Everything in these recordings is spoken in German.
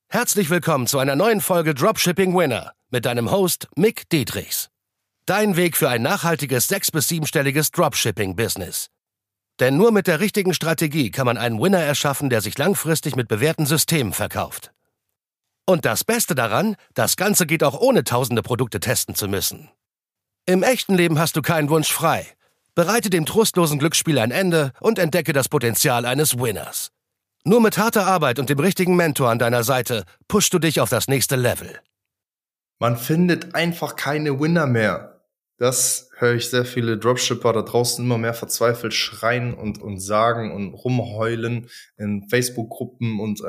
Herzlich willkommen zu einer neuen Folge Dropshipping Winner mit deinem Host Mick Dietrichs. Dein Weg für ein nachhaltiges 6- bis 7-stelliges Dropshipping-Business. Denn nur mit der richtigen Strategie kann man einen Winner erschaffen, der sich langfristig mit bewährten Systemen verkauft. Und das Beste daran, das Ganze geht auch ohne tausende Produkte testen zu müssen. Im echten Leben hast du keinen Wunsch frei. Bereite dem trostlosen Glücksspiel ein Ende und entdecke das Potenzial eines Winners. Nur mit harter Arbeit und dem richtigen Mentor an deiner Seite pushst du dich auf das nächste Level. Man findet einfach keine Winner mehr. Das höre ich sehr viele Dropshipper da draußen immer mehr verzweifelt schreien und sagen und rumheulen in Facebook-Gruppen und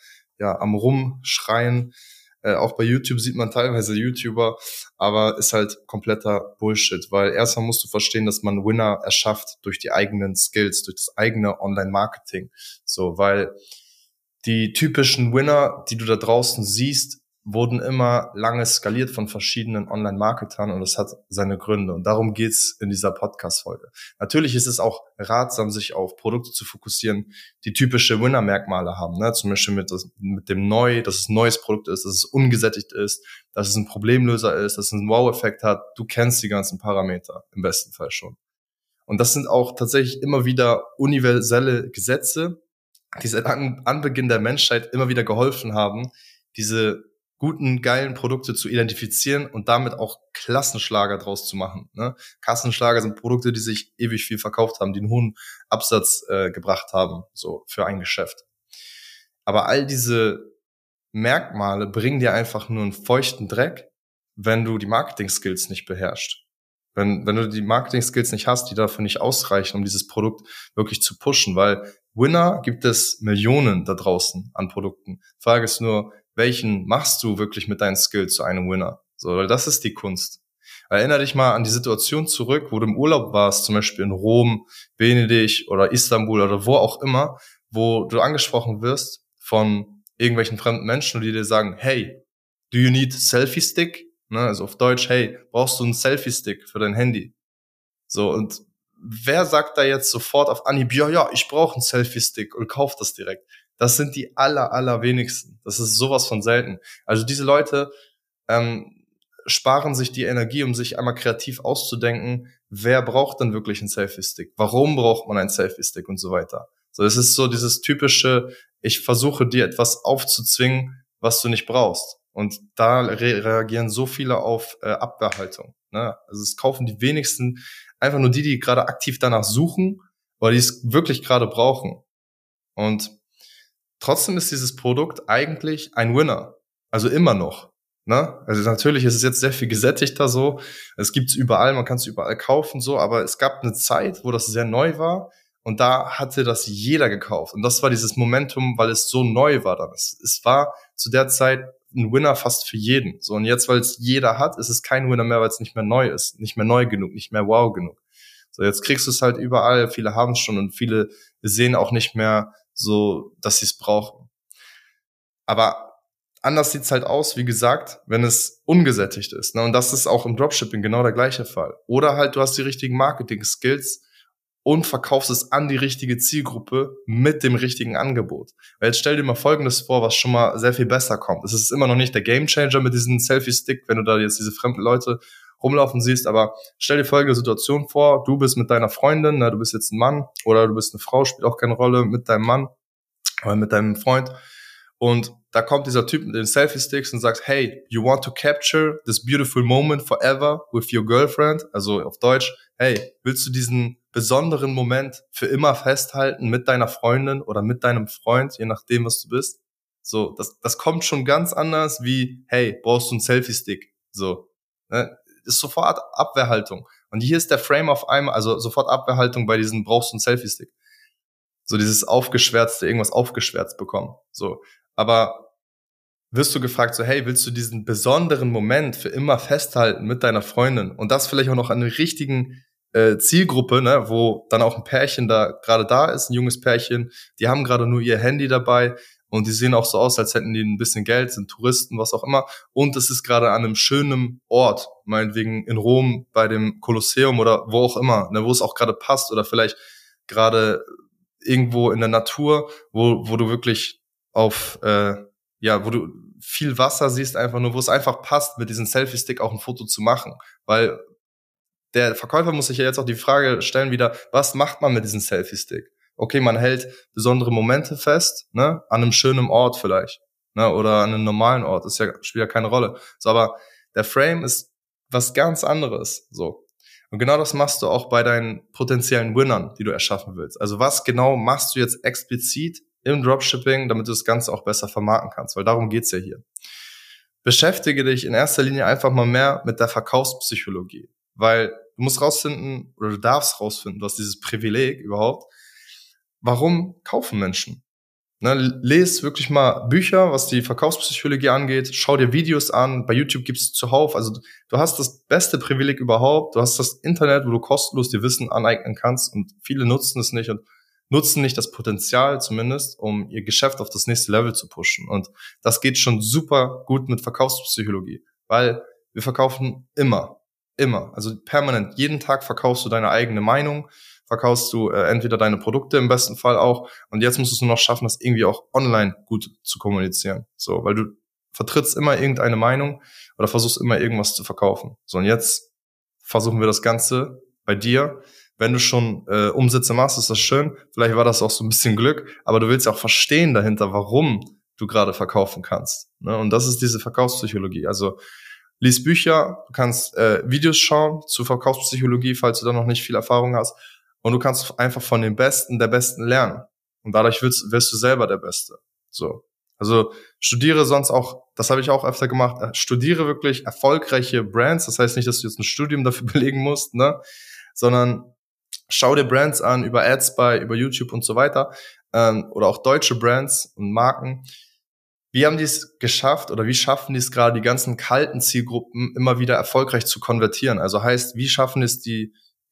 am Rumschreien. Auch bei YouTube sieht man teilweise YouTuber, aber ist halt kompletter Bullshit, weil erstmal musst du verstehen, dass man Winner erschafft durch die eigenen Skills, durch das eigene Online-Marketing. So, weil die typischen Winner, die du da draußen siehst, wurden immer lange skaliert von verschiedenen Online-Marketern und das hat seine Gründe. Und darum geht's in dieser Podcast-Folge. Natürlich ist es auch ratsam, sich auf Produkte zu fokussieren, die typische Winner-Merkmale haben. Ne? Zum Beispiel mit dem dass es ein neues Produkt ist, dass es ungesättigt ist, dass es ein Problemlöser ist, dass es einen Wow-Effekt hat. Du kennst die ganzen Parameter im besten Fall schon. Und das sind auch tatsächlich immer wieder universelle Gesetze, die seit Anbeginn der Menschheit immer wieder geholfen haben, diese guten, geilen Produkte zu identifizieren und damit auch Klassenschlager draus zu machen. Ne? Kassenschlager sind Produkte, die sich ewig viel verkauft haben, die einen hohen Absatz gebracht haben, so für ein Geschäft. Aber all diese Merkmale bringen dir einfach nur einen feuchten Dreck, wenn du die Marketing-Skills nicht beherrschst. Wenn du die Marketing-Skills nicht hast, die dafür nicht ausreichen, um dieses Produkt wirklich zu pushen, weil Winner gibt es Millionen da draußen an Produkten. Die Frage ist nur, welchen machst du wirklich mit deinen Skills zu einem Winner? So, weil das ist die Kunst. Erinnere dich mal an die Situation zurück, wo du im Urlaub warst, zum Beispiel in Rom, Venedig oder Istanbul oder wo auch immer, wo du angesprochen wirst von irgendwelchen fremden Menschen, die dir sagen, hey, do you need Selfie-Stick? Ne, also auf Deutsch, hey, brauchst du einen Selfie-Stick für dein Handy? So, und wer sagt da jetzt sofort auf Anhieb, ja, ich brauche einen Selfie-Stick und kauft das direkt? Das sind die allerwenigsten. Das ist sowas von selten. Also diese Leute sparen sich die Energie, um sich einmal kreativ auszudenken, wer braucht denn wirklich einen Selfie-Stick? Warum braucht man einen Selfie-Stick und so weiter? So, es ist so dieses typische, ich versuche dir etwas aufzuzwingen, was du nicht brauchst. Und da reagieren so viele auf Abwehrhaltung. Ne? Also es kaufen die wenigsten einfach nur die gerade aktiv danach suchen oder die es wirklich gerade brauchen. Und trotzdem ist dieses Produkt eigentlich ein Winner. Also immer noch. Ne? Also natürlich ist es jetzt sehr viel gesättigter so. Es gibt's überall, man kann es überall kaufen so. Aber es gab eine Zeit, wo das sehr neu war. Und da hatte das jeder gekauft. Und das war dieses Momentum, weil es so neu war dann. Es war zu der Zeit ein Winner fast für jeden. So, und jetzt, weil es jeder hat, ist es kein Winner mehr, weil es nicht mehr neu ist. Nicht mehr neu genug, nicht mehr wow genug. So, jetzt kriegst du es halt überall. Viele haben es schon und viele sehen auch nicht mehr so, dass sie es brauchen. Aber anders sieht's halt aus, wie gesagt, wenn es ungesättigt ist. Ne? Und das ist auch im Dropshipping genau der gleiche Fall. Oder halt, du hast die richtigen Marketing-Skills und verkaufst es an die richtige Zielgruppe mit dem richtigen Angebot. Weil jetzt stell dir mal Folgendes vor, was schon mal sehr viel besser kommt. Es ist immer noch nicht der Gamechanger mit diesem Selfie-Stick, wenn du da jetzt diese fremden Leute rumlaufen siehst, aber stell dir folgende Situation vor, du bist mit deiner Freundin, du bist jetzt ein Mann oder du bist eine Frau, spielt auch keine Rolle, mit deinem Mann oder mit deinem Freund und da kommt dieser Typ mit den Selfie-Sticks und sagt, hey, you want to capture this beautiful moment forever with your girlfriend? Also auf Deutsch, hey, willst du diesen besonderen Moment für immer festhalten mit deiner Freundin oder mit deinem Freund, je nachdem, was du bist? So, das kommt schon ganz anders wie, hey, brauchst du einen Selfie-Stick? So, ne? Ist sofort Abwehrhaltung. Und hier ist der Frame auf einmal, also sofort Abwehrhaltung bei diesem brauchst du einen Selfie-Stick. So dieses aufgeschwärzte, irgendwas aufgeschwärzt bekommen. So, aber wirst du gefragt so, hey, willst du diesen besonderen Moment für immer festhalten mit deiner Freundin und das vielleicht auch noch an der richtigen Zielgruppe, ne, wo dann auch ein Pärchen da gerade da ist, ein junges Pärchen, die haben gerade nur ihr Handy dabei und die sehen auch so aus, als hätten die ein bisschen Geld, sind Touristen, was auch immer und es ist gerade an einem schönen Ort, meinetwegen in Rom bei dem Kolosseum oder wo auch immer, ne, wo es auch gerade passt oder vielleicht gerade irgendwo in der Natur, wo du wirklich auf wo du viel Wasser siehst, einfach nur, wo es einfach passt, mit diesem Selfie-Stick auch ein Foto zu machen. Weil der Verkäufer muss sich ja jetzt auch die Frage stellen wieder, was macht man mit diesem Selfie-Stick? Okay, man hält besondere Momente fest, ne, an einem schönen Ort vielleicht, ne, oder an einem normalen Ort, spielt ja keine Rolle. So, aber der Frame ist was ganz anderes, so. Und genau das machst du auch bei deinen potenziellen Winnern, die du erschaffen willst. Also was genau machst du jetzt explizit im Dropshipping, damit du das Ganze auch besser vermarkten kannst? Weil darum geht's ja hier. Beschäftige dich in erster Linie einfach mal mehr mit der Verkaufspsychologie. Weil du musst rausfinden, oder du darfst rausfinden, du hast dieses Privileg überhaupt, warum kaufen Menschen? Ne, les wirklich mal Bücher, was die Verkaufspsychologie angeht, schau dir Videos an, bei YouTube gibt's zuhauf, also du hast das beste Privileg überhaupt, du hast das Internet, wo du kostenlos dir Wissen aneignen kannst und viele nutzen es nicht und nutzen nicht das Potenzial zumindest, um ihr Geschäft auf das nächste Level zu pushen. Und das geht schon super gut mit Verkaufspsychologie, weil wir verkaufen immer, also permanent, jeden Tag verkaufst du deine eigene Meinung, verkaufst du entweder deine Produkte im besten Fall auch und jetzt musst du es nur noch schaffen, das irgendwie auch online gut zu kommunizieren. So, weil du vertrittst immer irgendeine Meinung oder versuchst immer irgendwas zu verkaufen. So, und jetzt versuchen wir das Ganze bei dir. Wenn du schon Umsätze machst, ist das schön. Vielleicht war das auch so ein bisschen Glück, aber du willst ja auch verstehen dahinter, warum du gerade verkaufen kannst. Ne? Und das ist diese Verkaufspsychologie. Also lies Bücher, du kannst Videos schauen zu Verkaufspsychologie, falls du da noch nicht viel Erfahrung hast. Und du kannst einfach von den Besten der Besten lernen. Und dadurch wirst du selber der Beste. So. Also studiere sonst auch, das habe ich auch öfter gemacht, studiere wirklich erfolgreiche Brands. Das heißt nicht, dass du jetzt ein Studium dafür belegen musst, ne? Sondern schau dir Brands an über AdSpy, über YouTube und so weiter. Oder auch deutsche Brands und Marken. Wie haben die es geschafft oder wie schaffen die es gerade, die ganzen kalten Zielgruppen immer wieder erfolgreich zu konvertieren? Also heißt, wie schaffen es die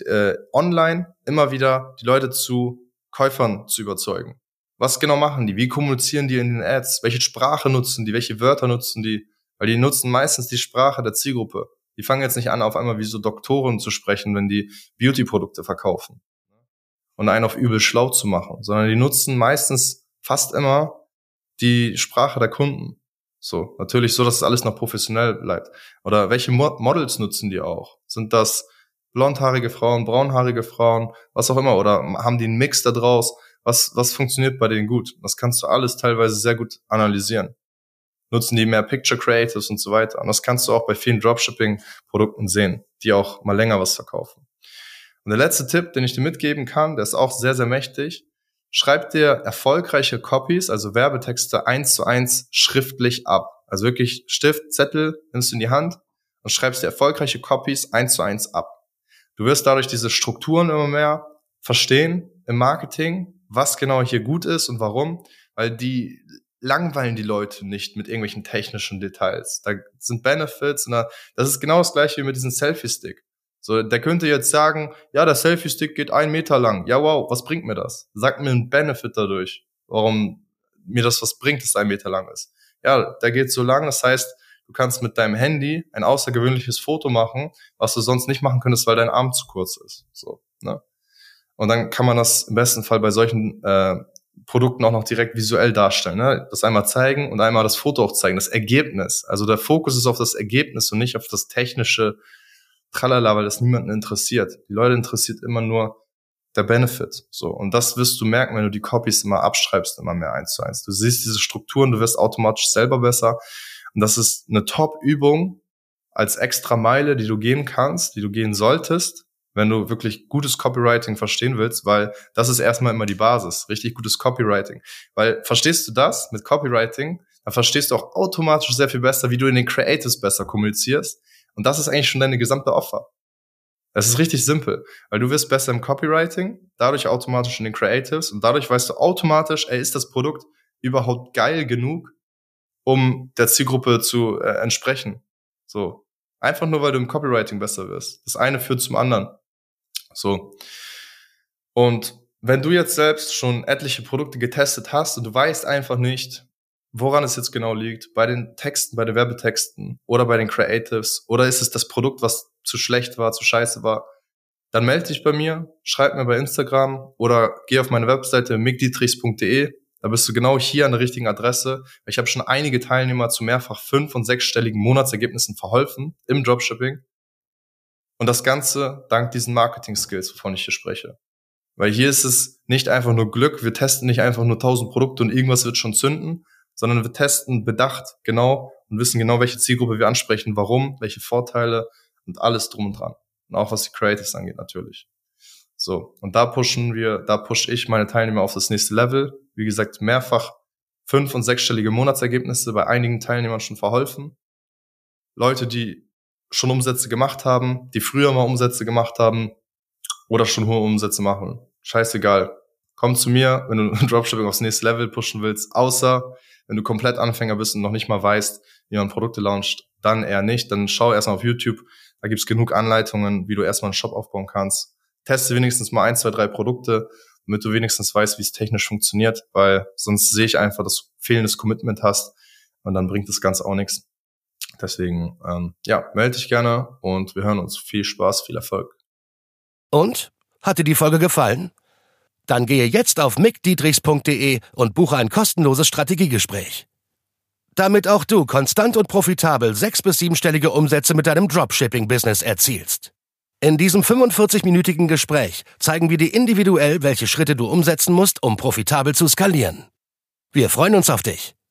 online immer wieder die Leute zu Käufern zu überzeugen? Was genau machen die? Wie kommunizieren die in den Ads? Welche Sprache nutzen die? Welche Wörter nutzen die? Weil die nutzen meistens die Sprache der Zielgruppe. Die fangen jetzt nicht an, auf einmal wie so Doktoren zu sprechen, wenn die Beauty-Produkte verkaufen und einen auf übel schlau zu machen, sondern die nutzen meistens fast immer die Sprache der Kunden. So, natürlich so, dass es alles noch professionell bleibt. Oder welche Models nutzen die auch? Sind das blondhaarige Frauen, braunhaarige Frauen, was auch immer, oder haben die einen Mix da draus? Was funktioniert bei denen gut? Das kannst du alles teilweise sehr gut analysieren. Nutzen die mehr Picture Creatives und so weiter. Und das kannst du auch bei vielen Dropshipping-Produkten sehen, die auch mal länger was verkaufen. Und der letzte Tipp, den ich dir mitgeben kann, der ist auch sehr, sehr mächtig. Schreib dir erfolgreiche Copies, also Werbetexte 1:1 schriftlich ab. Also wirklich Stift, Zettel, nimmst du in die Hand und schreibst dir erfolgreiche Copies 1:1 ab. Du wirst dadurch diese Strukturen immer mehr verstehen im Marketing, was genau hier gut ist und warum, weil die langweilen die Leute nicht mit irgendwelchen technischen Details. Da sind Benefits und das ist genau das gleiche wie mit diesem Selfie-Stick. So, der könnte jetzt sagen, ja, der Selfie-Stick geht 1 Meter lang. Ja, wow, was bringt mir das? Sag mir einen Benefit dadurch, warum mir das was bringt, dass es 1 Meter lang ist. Ja, der geht so lang, das heißt, du kannst mit deinem Handy ein außergewöhnliches Foto machen, was du sonst nicht machen könntest, weil dein Arm zu kurz ist. So, ne? Und dann kann man das im besten Fall bei solchen Produkten auch noch direkt visuell darstellen. Ne? Das einmal zeigen und einmal das Foto auch zeigen, das Ergebnis. Also der Fokus ist auf das Ergebnis und nicht auf das technische Tralala, weil das niemanden interessiert. Die Leute interessiert immer nur der Benefit. So. Und das wirst du merken, wenn du die Copies immer abschreibst, immer mehr 1:1. Du siehst diese Strukturen, du wirst automatisch selber besser. Und das ist eine Top-Übung als extra Meile, die du gehen kannst, die du gehen solltest, wenn du wirklich gutes Copywriting verstehen willst, weil das ist erstmal immer die Basis, richtig gutes Copywriting. Weil verstehst du das mit Copywriting, dann verstehst du auch automatisch sehr viel besser, wie du in den Creatives besser kommunizierst. Und das ist eigentlich schon deine gesamte Offer. Das ist richtig simpel, weil du wirst besser im Copywriting, dadurch automatisch in den Creatives und dadurch weißt du automatisch, ist das Produkt überhaupt geil genug, um der Zielgruppe zu entsprechen. So. Einfach nur, weil du im Copywriting besser wirst. Das eine führt zum anderen. So. Und wenn du jetzt selbst schon etliche Produkte getestet hast und du weißt einfach nicht, woran es jetzt genau liegt, bei den Texten, bei den Werbetexten oder bei den Creatives, oder ist es das Produkt, was zu schlecht war, zu scheiße war, dann melde dich bei mir, schreib mir bei Instagram oder geh auf meine Webseite mickdietrichs.de. Da bist du genau hier an der richtigen Adresse. Ich habe schon einige Teilnehmer zu mehrfach 5- und 6-stelligen Monatsergebnissen verholfen im Dropshipping. Und das Ganze dank diesen Marketing-Skills, wovon ich hier spreche. Weil hier ist es nicht einfach nur Glück, wir testen nicht einfach nur 1000 Produkte und irgendwas wird schon zünden, sondern wir testen bedacht genau und wissen genau, welche Zielgruppe wir ansprechen, warum, welche Vorteile und alles drum und dran. Und auch was die Creatives angeht natürlich. So, und da push ich meine Teilnehmer auf das nächste Level. Wie gesagt, mehrfach 5- und 6-stellige Monatsergebnisse bei einigen Teilnehmern schon verholfen. Leute, die schon Umsätze gemacht haben, die früher mal Umsätze gemacht haben oder schon hohe Umsätze machen. Scheißegal. Komm zu mir, wenn du Dropshipping aufs nächste Level pushen willst, außer wenn du komplett Anfänger bist und noch nicht mal weißt, wie man Produkte launcht, dann eher nicht. Dann schau erstmal auf YouTube, da gibt's genug Anleitungen, wie du erstmal einen Shop aufbauen kannst. Teste wenigstens mal 1, 2, 3 Produkte, damit du wenigstens weißt, wie es technisch funktioniert, weil sonst sehe ich einfach, dass du fehlendes Commitment hast und dann bringt das Ganze auch nichts. Deswegen, melde dich gerne und wir hören uns. Viel Spaß, viel Erfolg. Und? Hat dir die Folge gefallen? Dann gehe jetzt auf mickdietrichs.de und buche ein kostenloses Strategiegespräch. Damit auch du konstant und profitabel 6- bis 7-stellige Umsätze mit deinem Dropshipping-Business erzielst. In diesem 45-minütigen Gespräch zeigen wir dir individuell, welche Schritte du umsetzen musst, um profitabel zu skalieren. Wir freuen uns auf dich.